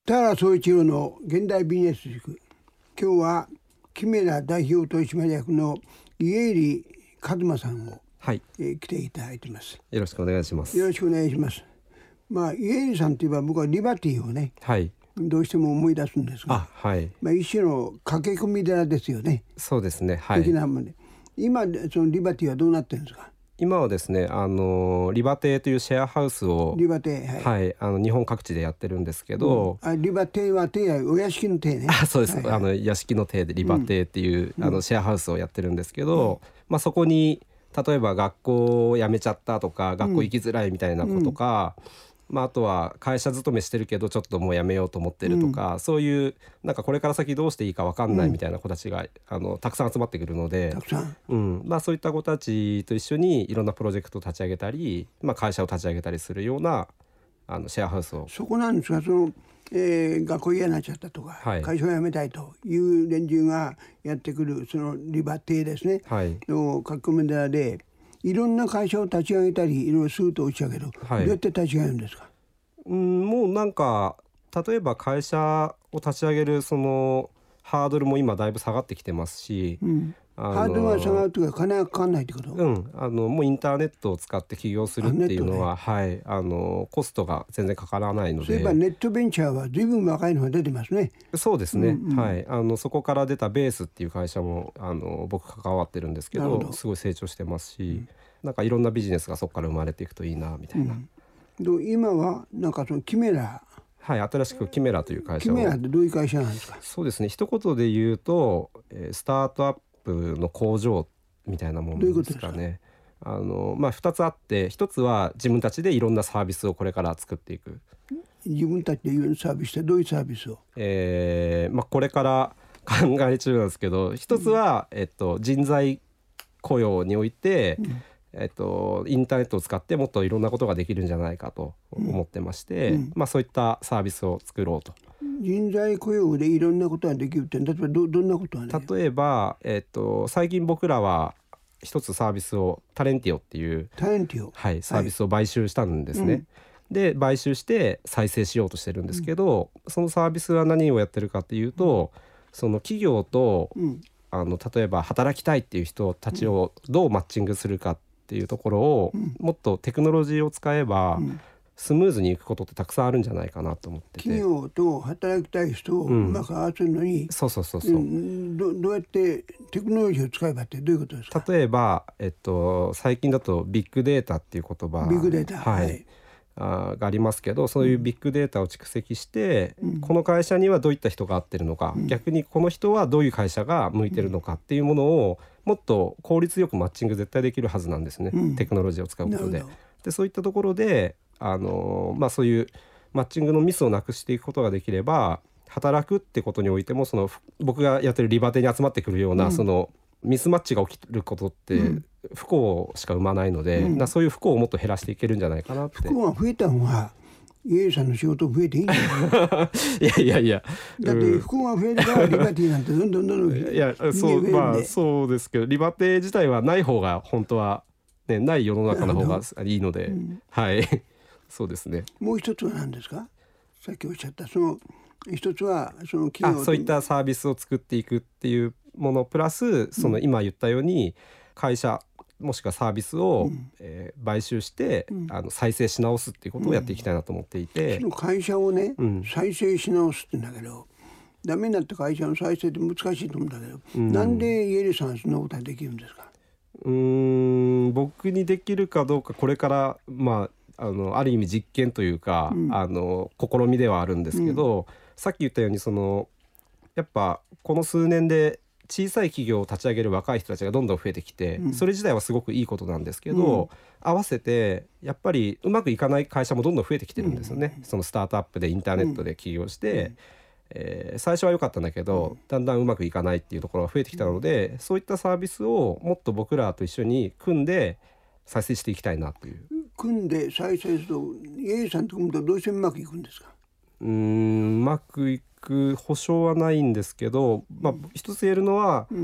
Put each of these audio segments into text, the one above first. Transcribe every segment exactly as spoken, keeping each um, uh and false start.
田原総一郎の現代ビジネス塾。今日はキメラ代表取締役の家入一馬さんを、 はいえー、来ていただいています。 よろしくお願いします。 よろしくお願いします。まあ、家入さんといえば僕はリバティをね、 はい、 どうしても思い出すんですが、 あ、はい、 まあ、一種の駆け込み寺ですよね。 そうですね、はい、 的なもので、今そのリバティはどうなってるんですか？ 今はですね、あのリバテイというシェアハウスをリバテイ、はいはい、あの日本各地でやってるんですけど、 うん、あリバテイはテイはお屋敷のテイね。 あ、そうです、 はいはい、 あの屋敷のテイでリバテイっていう、うん、あのシェアハウスをやってるんですけど、うん、まあ、そこに例えば学校を辞めちゃったとか、学校行きづらいみたいなことか、うん、まあ、あとは会社勤めしてるけどちょっともう辞めようと思ってるとか、うん、そういうなんかこれから先どうしていいか分かんないみたいな子たちが、うん、あのたくさん集まってくるので、 たくさん、 うん、まあ、そういった子たちと一緒にいろんなプロジェクトを立ち上げたり、まあ、会社を立ち上げたりするようなあのシェアハウスを。 そこなんですが、その、えー、学校嫌になっちゃったとか、はい、会社を辞めたいという連中がやってくるそのリバテイですね、 はい、 の書き込み寺でいろんな会社を立ち上げたりいろいろするとおっしゃるけど、はい、どうやって立ち上げるんですか？ うん、もうなんか例えば会社を立ち上げるそのハードルも今だいぶ下がってきてますし、 うん、ハードルが下がるというか金がかかんないってこと？ うん、あのもうインターネットを使って起業するっていうのは、ね、はい、あのコストが全然かからないので。 そういえばネットベンチャーは随分若いのが出てますね。 そうですね、 うんうん、 はい、あのそこから出たベースっていう会社もあの僕関わってるんですけ ど, どすごい成長してますし、うん、なんかいろんなビジネスがそこから生まれていくといいなみたいな、 うん、今はなんかそのキメラ、 はい、新しくキメラという会社を。 キメラってどういう会社なんですか？ そうですね、一言で言うと、えー、スタートアップの工場みたいなものですかね。 どういうことですか？ あの、まあ、ふたつあって、ひとつは自分たちでいろんなサービスをこれから作っていく。 自分たちでいろんなサービスってどういうサービスを？ えーまあ、これから考え中なんですけど、ひとつは、うん、えっと、人材雇用において、うんえっと、インターネットを使ってもっといろんなことができるんじゃないかと思ってまして、うんうんまあ、そういったサービスを作ろうと。 人材雇用でいろんなことができるって例えば ど, どんなことがね？ 例えば、えっと、最近僕らは一つサービスをタレンティオっていうタレンティオ、 はい、サービスを買収したんですね、はい、で買収して再生しようとしてるんですけど、うん、そのサービスは何をやってるかっていうと、その企業と、うん、あの例えば働きたいっていう人たちをどうマッチングするかっていうところを、うん、もっとテクノロジーを使えば、うんスムーズにいくことってたくさんあるんじゃないかなと思ってて、 企業と働きたい人をうまく合わせるのに、 うん、そうそうそうそう、うん、 ど, どうやってテクノロジーを使えばってどういうことですか？ 例えば、えっと、最近だとビッグデータっていう言葉ビッグデータ、 はいはい、あがありますけど、そういうビッグデータを蓄積して、 うん、 この会社にはどういった人が合ってるのか、うん、逆にこの人はどういう会社が向いてるのかっていうものをもっと効率よくマッチング絶対できるはずなんですね、うん、テクノロジーを使うことで。でそういったところであの、まあ、そういうマッチングのミスをなくしていくことができれば、働くってことにおいてもその僕がやってるリバテに集まってくるような、うん、そのミスマッチが起きることって不幸しか生まないので、うん、なそういう不幸をもっと減らしていけるんじゃないかなって。 不幸が増えた方が家入さんの仕事増えていいんじゃないいやいやいや、 だって不幸が増えるからリバティなんてどんどんどんどんいやそう、まあ、そうですけど、リバテ自体はない方が本当は、ね、ない世の中の方がいいので、うん、はいそうですね。 もう一つは何ですか？さっきおっしゃったその一つはその企業あそういったサービスを作っていくっていうものプラス、その今言ったように会社もしくはサービスを、うんえー、買収して、うん、あの再生し直すっていうことをやっていきたいなと思っていて、 うん、その会社をね、うん、再生し直すって言うんだけど、ダメになった会社の再生って難しいと思うんだけど、うん、なんで家入さんはそんなことができるんですか？ うーん僕にできるかどうかこれからまああのある意味実験というか、うん、あの試みではあるんですけど、うん、さっき言ったようにそのやっぱこの数年で小さい企業を立ち上げる若い人たちがどんどん増えてきて、うん、それ自体はすごくいいことなんですけど、うん、合わせてやっぱりうまくいかない会社もどんどん増えてきてるんですよね、うん、そのスタートアップでインターネットで起業して、うんえー、最初は良かったんだけど、うん、だんだんうまくいかないっていうところが増えてきたので、うん、そういったサービスをもっと僕らと一緒に組んで再生していきたいなという。 組んで再生すると家入さんと組むとどうしてうまくいくんですか？ うーんうまくいく保証はないんですけど、まあ、一つ言えるのは、うん、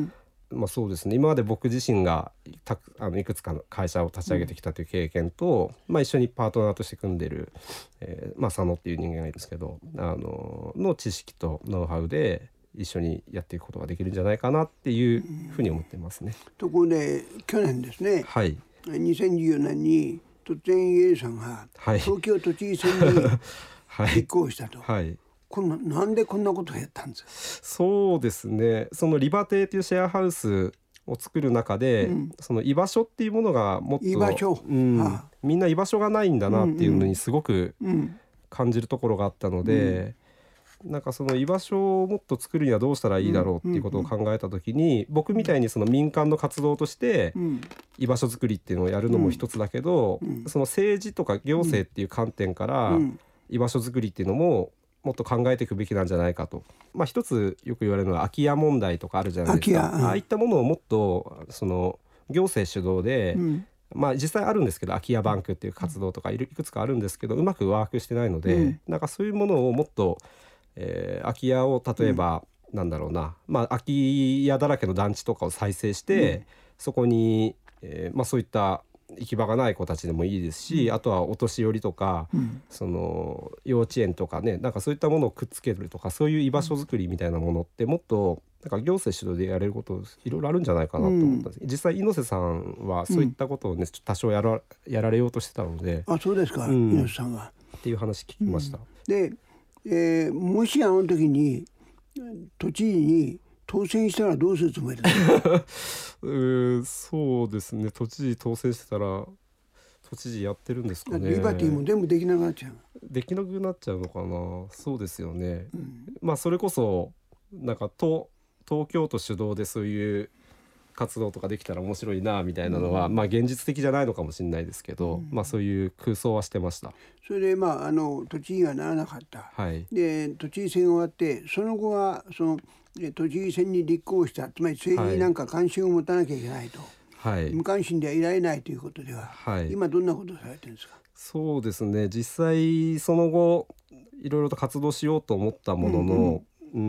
まあ、そうですね、今まで僕自身がたくあのいくつかの会社を立ち上げてきたという経験と、うん、まあ、一緒にパートナーとして組んでる、えーまあ、佐野っていう人間がいるんですけど、あのの知識とノウハウで一緒にやっていくことができるんじゃないかなっていうふうに思ってますね。 うん、ところで去年ですね、 はい、 にせんじゅうよねんに突然イエリさんが東京都知事選に立候補したと、 はいはい、 こんな、なんでこんなことをやったんですか？ そうですね、そのリバティというシェアハウスを作る中で、うん、その居場所っていうものがもっと居場所、 うん、はあ、みんな居場所がないんだなっていうのにすごく感じるところがあったので、うん、なんかその居場所をもっと作るにはどうしたらいいだろうっていうことを考えた時に、僕みたいにその民間の活動として居場所作りっていうのをやるのも一つだけど、その政治とか行政っていう観点から居場所作りっていうのももっと考えていくべきなんじゃないかと。まあ、一つよく言われるのは空き家問題とかあるじゃないですか、うん、ああいったものをもっとその行政主導で、うん、まあ、実際あるんですけど空き家バンクっていう活動とかいくつかあるんですけどうまくワークしてないので、うん、なんかそういうものをもっと、えー、空き家を例えば、うん、なんだろうな、まあ、空き家だらけの団地とかを再生して、うん、そこに、えーまあ、そういった行き場がない子たちでもいいですし、うん、あとはお年寄りとか、うん、その幼稚園とかね、なんかそういったものをくっつけるとか、そういう居場所づくりみたいなものってもっとなんか行政主導でやれることいろいろあるんじゃないかなと思ったんです、うん、実際猪瀬さんはそういったことをね、うん、多少やら、やられようとしてたので。 あ、そうですか、うん、猪瀬さんはっていう話聞きました、うん、 で、えー、もしあの時に都知事に当選したらどうするつもりですか？ うーそうですね、都知事当選してたら都知事やってるんですかね。 リバティも全部できなくなっちゃう。 できなくなっちゃうのかな。そうですよね、うん、まあそれこそなんか東東京都主導でそういう活動とかできたら面白いなみたいなのは、うん、まあ現実的じゃないのかもしれないですけど、うん、まあそういう空想はしてました。 それでまああの都知事はならなかった、はい、で都知事選が終わってその後はその都知事選に立候補した、つまり政治になんか関心を持たなきゃいけないと、はい、無関心ではいられないということでは、はい、今どんなことをされてるんですか？そうですね、 実際その後いろいろと活動しようと思ったものの、うん、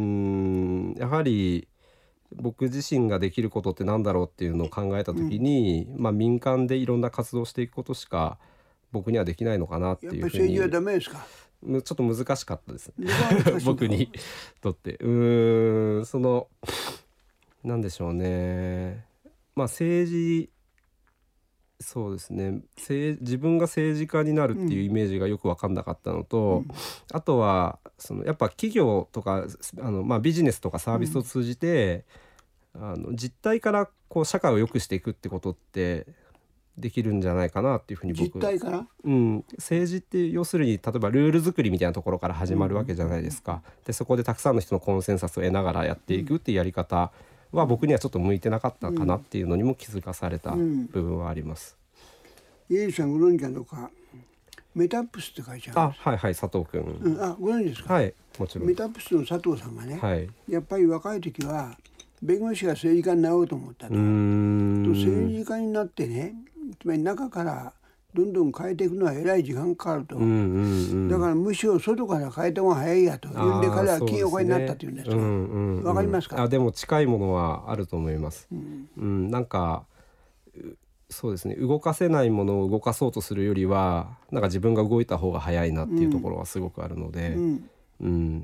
うーんやはり僕自身ができることってなんだろうっていうのを考えた時に、うん、まあ、民間でいろんな活動していくことしか僕にはできないのかなっていうふうに。やっぱり政治はダメですか？ ちょっと難しかったですね僕にとって。うーんそのなんでしょうね、まあ政治そうですね、自分が政治家になるっていうイメージがよく分かんなかったのと、うん、あとはそのやっぱ企業とかあの、まあ、ビジネスとかサービスを通じて、うん、あの実態からこう社会を良くしていくってことってできるんじゃないかなっていうふうに僕実態から、 うん、政治って要するに例えばルール作りみたいなところから始まるわけじゃないですか、でそこでたくさんの人のコンセンサスを得ながらやっていくっていうやり方は僕にはちょっと向いてなかったかなっていうのにも気づかされた部分はあります、 うんうん、イエリさんご存知かどうか、メタップスって会社あはいはい佐藤君、 うん、あご存知ですか？はいもちろん。 メタップスの佐藤さんがね、 はい、 やっぱり若い時は弁護士が政治家になろうと思ったと。うーんと政治家になってね、つまり中からどんどん変えていくのはえらい時間かかると、うんうんうん、だからむしろ外から変えた方が早いやというんで彼は起業家になったというんですが、わ、うんうんうん、かりますか？ あでも近いものはあると思います、うんうん、なんかそうですね、動かせないものを動かそうとするよりはなんか自分が動いた方が早いなっていうところはすごくあるので、うんうん、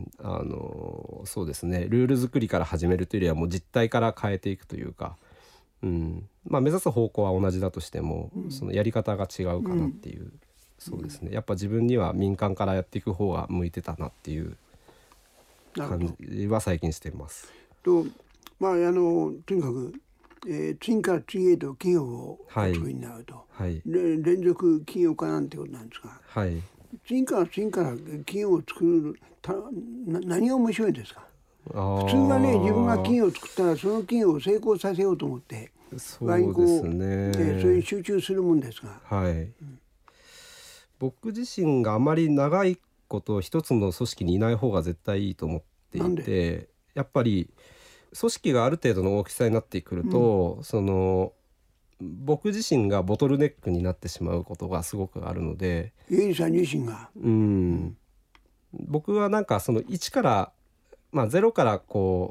あのそうですね、ルール作りから始めるというよりはもう実態から変えていくというか、うんまあ、目指す方向は同じだとしても、うん、そのやり方が違うかなっていう、うん、そうですね、やっぱ自分には民間からやっていく方が向いてたなっていう感じは最近しています。 と、まあ、あのとにかく、えー、次から次へと企業を作りになると、はい、連続企業家なんてことなんですが、はい、次から次から企業を作るたな何が面白いんですか？普通はね、自分が企業を作ったらその企業を成功させようと思ってそうですね、 えー、それに集中するもんですが、 はい、うん、僕自身があまり長いこと一つの組織にいない方が絶対いいと思っていて、やっぱり組織がある程度の大きさになってくると、うん、その僕自身がボトルネックになってしまうことがすごくあるので、 イエリさん自身が、 うん、僕はなんかそのいちからまあ、ゼロからこ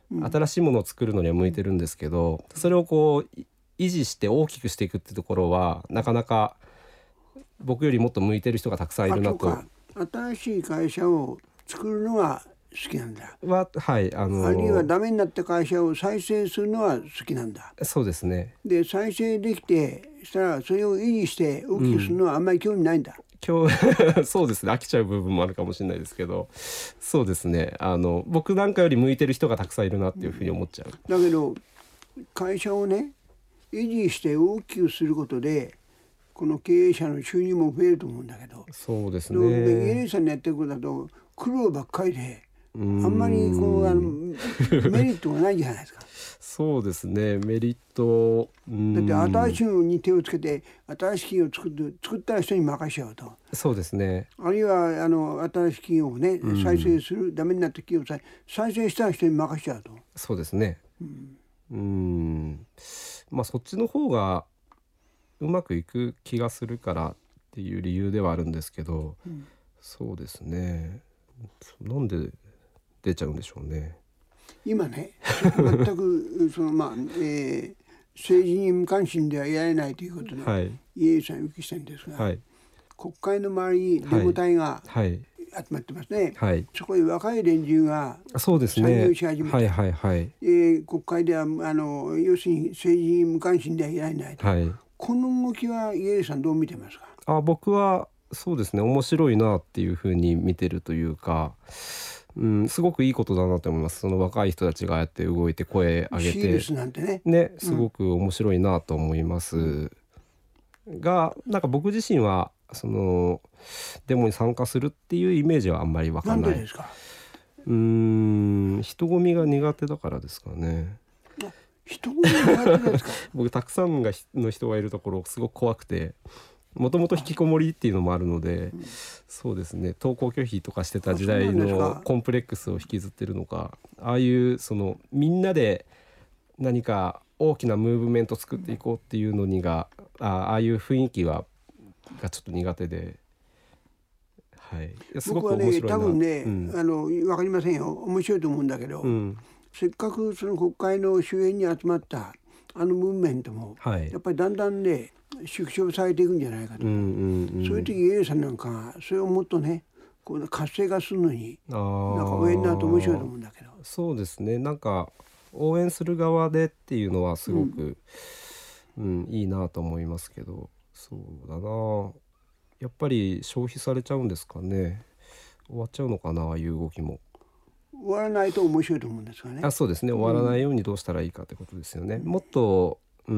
うん、新しいものを作るのには向いてるんですけど、それをこう維持して大きくしていくってところはなかなか僕よりもっと向いてる人がたくさんいるなと。 新しい会社を作るのは好きなんだ。 は、はい、あのあるいはダメになった会社を再生するのは好きなんだ。 そうですね。 で再生できてしたらそれを維持して大きくするのはあんまり興味ないんだ。 うん、今日そうですね、飽きちゃう部分もあるかもしれないですけど、そうですね、あの僕なんかより向いてる人がたくさんいるなっていうふうに思っちゃう。 だけど会社をね維持して大きくすることでこの経営者の収入も増えると思うんだけど、 そうですね。 イエレンさんのやってることだと苦労ばっかりであんまりこうあのメリットがないじゃないですか。 そうですね、メリット、 うん、だって新しいのに手をつけて新しい企業を作って作った人に任しちゃうと。 そうですね。 あるいはあの新しい企業をね、うん、再生するダメになった企業を再生した人に任しちゃうと。 そうですね。うん、うーんまあそっちの方がうまくいく気がするからっていう理由ではあるんですけど、うん、そうですね、なんで出ちゃうんでしょうね。 今ね全くそのまあ、えー、政治に無関心ではいられないということで、はい、イエレンさんにお聞きしたいんですが、はい、国会の周りにデモ隊が集まってますね、はいはい、そこに若い連中が参入し始めて、はいはいはい、えー、国会ではあの要するに政治に無関心ではいられないと、はい、この動きはイエレンさんどう見てますか？ あ、僕はそうですね、面白いなっていうふうに見てるというか、うん、すごくいいことだなと思います。その若い人たちがああやって動いて声上げてシールスなんてね、 ね、すごく面白いなと思います、うん、がなんか僕自身はそのデモに参加するっていうイメージはあんまり分かんない。 なんでですか？ うーん人混みが苦手だからですかね。 人混み苦手ですか？ 僕たくさんがの人がいるところすごく怖くて、もともと引きこもりっていうのもあるので、うん、そうですね、登校拒否とかしてた時代のコンプレックスを引きずってるのか、ああいうそのみんなで何か大きなムーブメント作っていこうっていうのにが、あああいう雰囲気はがちょっと苦手で、はい、すごく面白いな。 僕はね多分ね、うん、あの分かりませんよ、面白いと思うんだけど、うん、せっかくその国会の周辺に集まったあのムーブメントも、はい、やっぱりだんだんね縮小されていくんじゃないかと、うんうんうん、そういう時イエレンさんなんかがそれをもっとねこう活性化するのになんか応援になると面白いと思うんだけど。 そうですね、なんか応援する側でっていうのはすごく、うんうん、いいなと思いますけど、そうだな、やっぱり消費されちゃうんですかね。終わっちゃうのかな、ああいう動きも。 終わらないと面白いと思うんですがね。 あ、そうですね、終わらないようにどうしたらいいかってことですよね、うん、もっと、うん、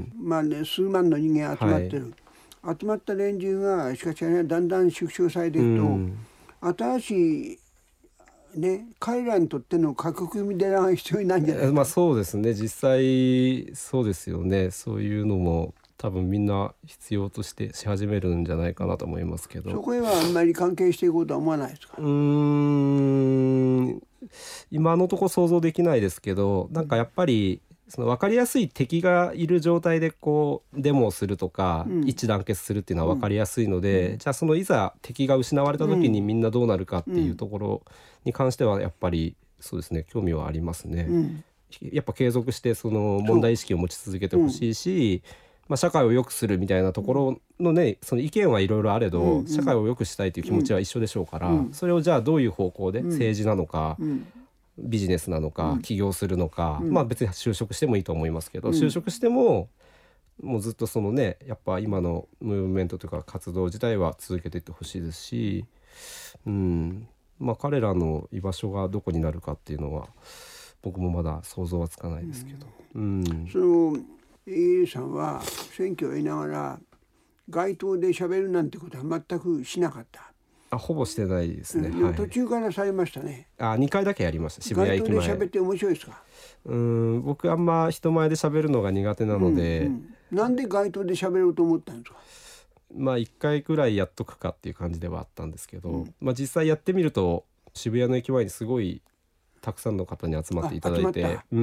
まあね数万の人間集まってる、はい、集まった連中がしかし、ね、だんだん縮小されていくと、うん、新しいね、彼らにとっての革命寺が必要になるんじゃないか。 まあそうですね、実際そうですよね。そういうのも多分みんな必要としてし始めるんじゃないかなと思いますけど、 そこへはあんまり関係していこうとは思わないですか？ うーん今のところ想像できないですけど、なんかやっぱりその分かりやすい敵がいる状態でこうデモをするとか、うん、一致団結するっていうのは分かりやすいので、うん、じゃあそのいざ敵が失われた時にみんなどうなるかっていうところに関してはやっぱりそうですね、興味はありますね、うん、やっぱ継続してその問題意識を持ち続けてほしいし、まあ、社会を良くするみたいなところのね、その意見はいろいろあれど、うん、社会を良くしたいという気持ちは一緒でしょうから、うん、それをじゃあどういう方向で、政治なのか、うんビジネスなのか、うん、起業するのか、うん、まあ別に就職してもいいと思いますけど、うん、就職してももうずっとそのねやっぱ今のムーブメントというか活動自体は続けていってほしいですし、うんまあ彼らの居場所がどこになるかっていうのは僕もまだ想像はつかないですけど、うんうん、 その エーエー さんは選挙を得ながら街頭で喋るなんてことは全くしなかった？ あ、ほぼしてないですね、 うんはい、途中からされましたね。 あ、にかいだけやりました。渋谷駅前。 街頭で喋って面白いですか？ うーん僕あんま人前で喋るのが苦手なので、うんうん、なんで街頭で喋ろうと思ったんですか？ まあいっかいくらいやっとくかっていう感じではあったんですけど、うん、まあ実際やってみると渋谷の駅前にすごいたくさんの方に集まっていただいて、うん、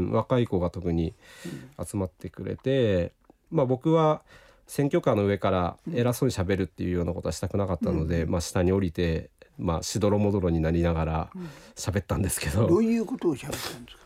若い子が特に集まってくれて、うん、まあ僕は選挙カーの上から偉そうに喋るっていうようなことはしたくなかったので、うんまあ、下に降りて、まあ、しどろもどろになりながら喋ったんですけど、 どういうことを喋ったんですか？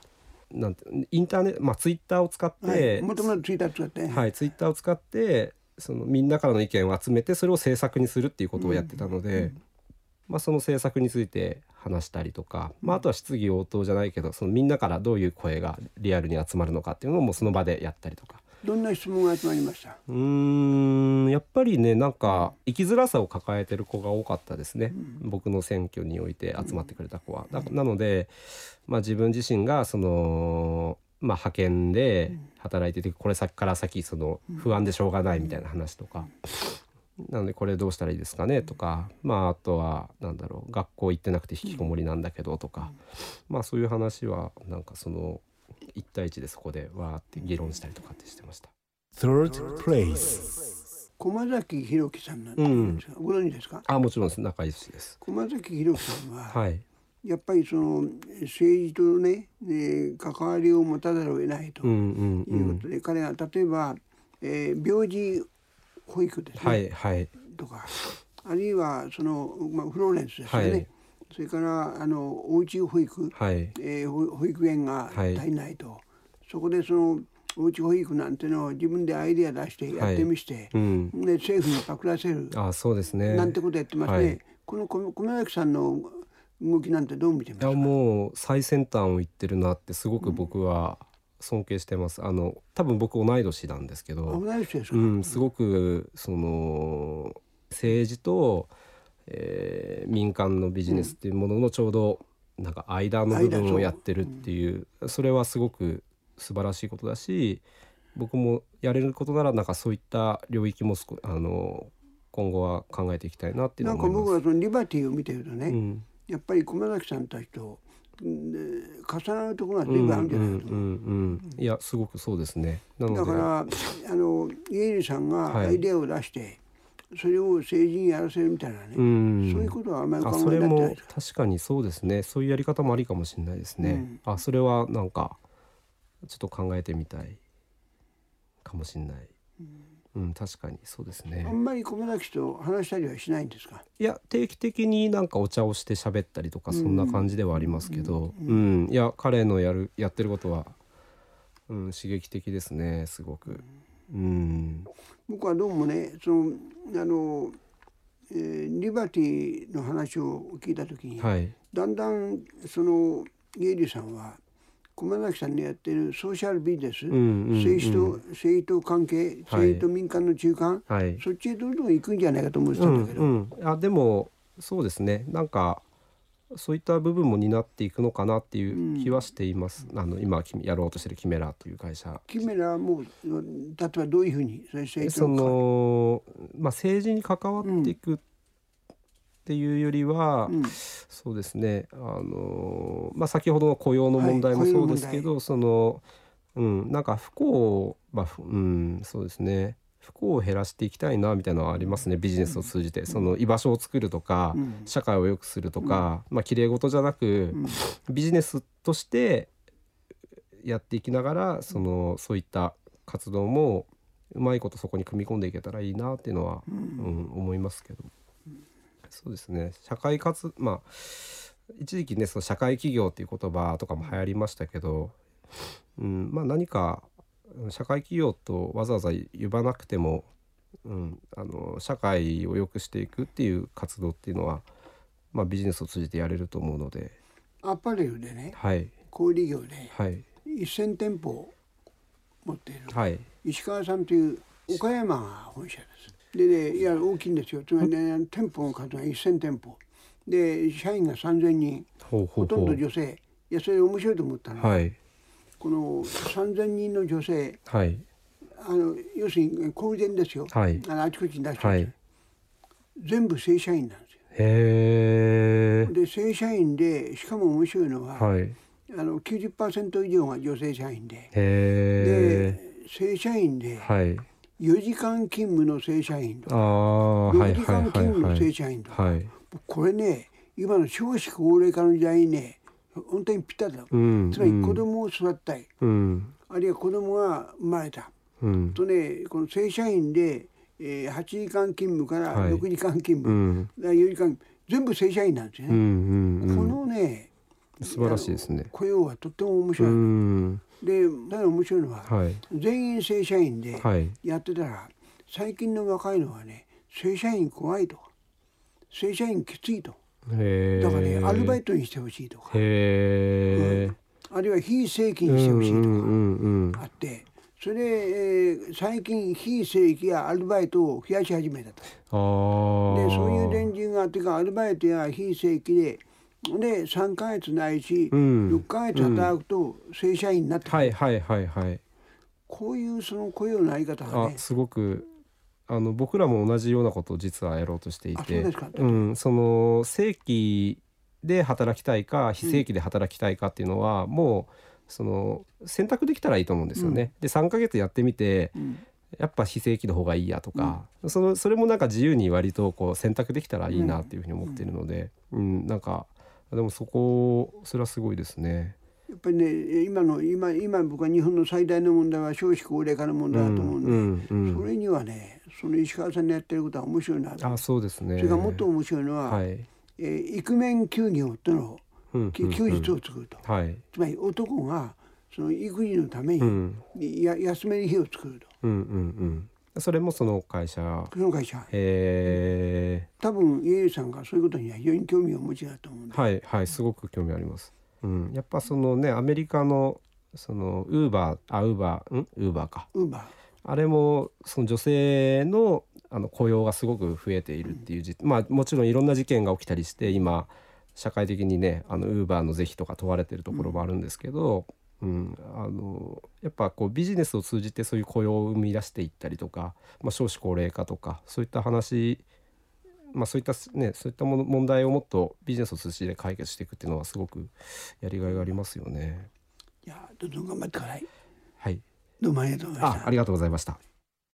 なんてインターネット、まあ、ツイッターを使って、 もともとツイッター使って、 はい、ツイッターを使ってそのみんなからの意見を集めてそれを制作にするっていうことをやってたので、うんうんまあ、その制作について話したりとか、まあ、あとは質疑応答じゃないけどそのみんなからどういう声がリアルに集まるのかっていうのもその場でやったりとか。 どんな質問が集まりました？ うーんやっぱりねなんか生きづらさを抱えてる子が多かったですね、うん、僕の選挙において集まってくれた子は。だなので、まあ、自分自身がその、まあ、派遣で働いててこれ先から先その不安でしょうがないみたいな話とか、なのでこれどうしたらいいですかねとか、まあ、あとはなんだろう学校行ってなくて引きこもりなんだけどとか、まあ、そういう話はなんかそのいち対いちでそこでわーって議論したりとかってしてました。 Third place 駒崎弘樹さんなんて言うんですか、うん、ご存知ですか？ あもちろんです。仲いいです。 駒崎弘樹さんは、 はい、 やっぱりその政治とね、ね関わりを持たざるを得ないということで、うんうんうん、彼が例えば、えー、病児保育ですね、 はいはい、 とかあるいはその、まあ、フローレンスですよね、はい、それからあのおうち保育、はいえー、保育園が足りないと、はい、そこでそのおうち保育なんてのを自分でアイデア出してやってみして、はいうん、で政府にパクらせるあそうですねなんてことやってますね、はい、この駒崎さんの動きなんてどう見てますか？ いやもう最先端を言ってるなってすごく僕は尊敬してます、うん、あの多分僕同い年なんですけど、 同い年ですか、 うん、すごくその政治と、えー、民間のビジネスっていうもののちょうどなんか間の部分をやってるっていう、うん、それはすごく素晴らしいことだし、僕もやれることならなんかそういった領域もあの今後は考えていきたいなっていうのは思います。 なんか僕はそのリバティを見てるとね、うん、やっぱり駒崎さんたちと重なるところが随分あるんじゃないかと思う、うんうんうんうん、いやすごくそうですね。 なのでだからあの家入さんがアイデアを出して、はいそれを政治にやらせるみたいなね、うん、そういうことはあんまり考えられないですか？ それも確かにそうですね。そういうやり方もありかもしれないですね、うん、あそれはなんかちょっと考えてみたいかもしれない、うんうん、確かにそうですね。 あんまり駒崎と話したりはしないんですか？ いや定期的になんかお茶をして喋ったりとかそんな感じではありますけど、うん、うんうん、いや彼のやるやってることは、うん、刺激的ですねすごく、うん、 僕はどうもねそのあの、えー、リバティの話を聞いた時に、はい、だんだんその家入さんは駒崎さんのやってるソーシャルビジネス、うんうんうん、政治と政治と関係、政治と民間の中間、はい、そっちへどんどん行くんじゃないかと思ってたんだけど、うんうん、あでもそうですねなんかそういった部分も担っていくのかなっていう気はしています、うん、あの今やろうとしてるキメラという会社。 キメラも例えばどういうふうにその、まあ、政治に関わっていくっていうよりは、うん、そうですねあの、まあ、先ほどの雇用の問題もそうですけど、はい、その、うん、なんか不幸を、まあうん、そうですね不幸を減らしていきたいなみたいなのはありますね。ビジネスを通じて、うん、その居場所を作るとか、うん、社会を良くするとか、うん、まあ綺麗事じゃなく、うん、ビジネスとしてやっていきながらそのそういった活動もうまいことそこに組み込んでいけたらいいなっていうのは、うんうん、思いますけど、そうですね社会活まあ一時期ねその社会企業っていう言葉とかも流行りましたけど、うんまあ、何か社会企業とわざわざ呼ばなくても、うん、あの社会を良くしていくっていう活動っていうのは、まあ、ビジネスを通じてやれると思うので。 アパレルでね、 はい、 小売業でせん店舗持っている、はい、石川さんという岡山が本社です。でねいや大きいんですよ。つまりね店舗の数がせん店舗で社員がさんぜんにん ほ, うほ, うほ, うほとんど女性。いやそれ面白いと思ったのは、はいこのさんぜんにんの女性、はい、あの要するに小売店ですよ、はい、あのあちこちに出してる、はい、全部正社員なんですよ。へー。で正社員でしかも面白いのは、はい、あの きゅうじゅっパーセント 以上が女性社員で、へで正社員でよじかん勤務の正社員とか、はい、ろくじかん勤務の正社員とか、はいはいはい、これね今の少子高齢化の時代にね本当にぴったりだ、うん、つまり子供を育てたい、うん、あるいは子供が生まれた、うん、とねこの正社員で、えー、はちじかん勤務からろくじかん勤務、はい、よじかん全部正社員なんですよね、うんうんうん、このね素晴らしいですね。 雇用はとっても面白い。うんでただ面白いのは、はい、全員正社員でやってたら、はい、最近の若いのはね正社員怖いとか正社員きついとへだからねアルバイトにしてほしいとかへ、うん、あるいは非正規にしてほしいとか、うんうんうん、あってそれで、えー、最近非正規やアルバイトを増やし始めたと。あでそういう連中がてかアルバイトや非正規ででさんかげつないし、うん、ろっかげつ働くと正社員になってくる、うん、はいはいはいはいこういうその雇用のあり方はねあすごくあの僕らも同じようなことを実はやろうとしていて、あそうですか、うん、その正規で働きたいか非正規で働きたいかっていうのは、うん、もうその選択できたらいいと思うんですよね、うん、でさんかげつやってみて、うん、やっぱ非正規の方がいいやとか、うん、そのそれもなんか自由に割とこう選択できたらいいなっていうふうに思っているので、うんうん、なんかでもそこそれはすごいですね。 やっぱりね今の今今僕は日本の最大の問題は少子高齢化の問題だと思うんで、うんうんうん、それにはねその石川さんのやってることは面白いなと。 あそうですね。 それからもっと面白いのは、はいえー、イクメン休業っていうのを、うんうんうん、休日を作ると、はい、つまり男がその育児のために、うん、や休める日を作ると、うんうんうん、それもその会社その会社へ多分家入さんがそういうことには非常に興味をお持ちだと思うんではいはいすごく興味あります、うん、やっぱそのねアメリカのそのウーバーあウーバーんウーバーかウーバーあれもその女性のあの雇用がすごく増えているっていう、うん、まあもちろんいろんな事件が起きたりして今社会的にねあのウーバーの是非とか問われてるところもあるんですけど、うんうん、あのやっぱこうビジネスを通じてそういう雇用を生み出していったりとか、まあ、少子高齢化とかそういった話、まあ、そういったねそういったもの問題をもっとビジネスを通じて解決していくっていうのはすごくやりがいがありますよね。 いやどんどん頑張ってください。 はいどうもありがとうございました。 あ、ありがとうございました。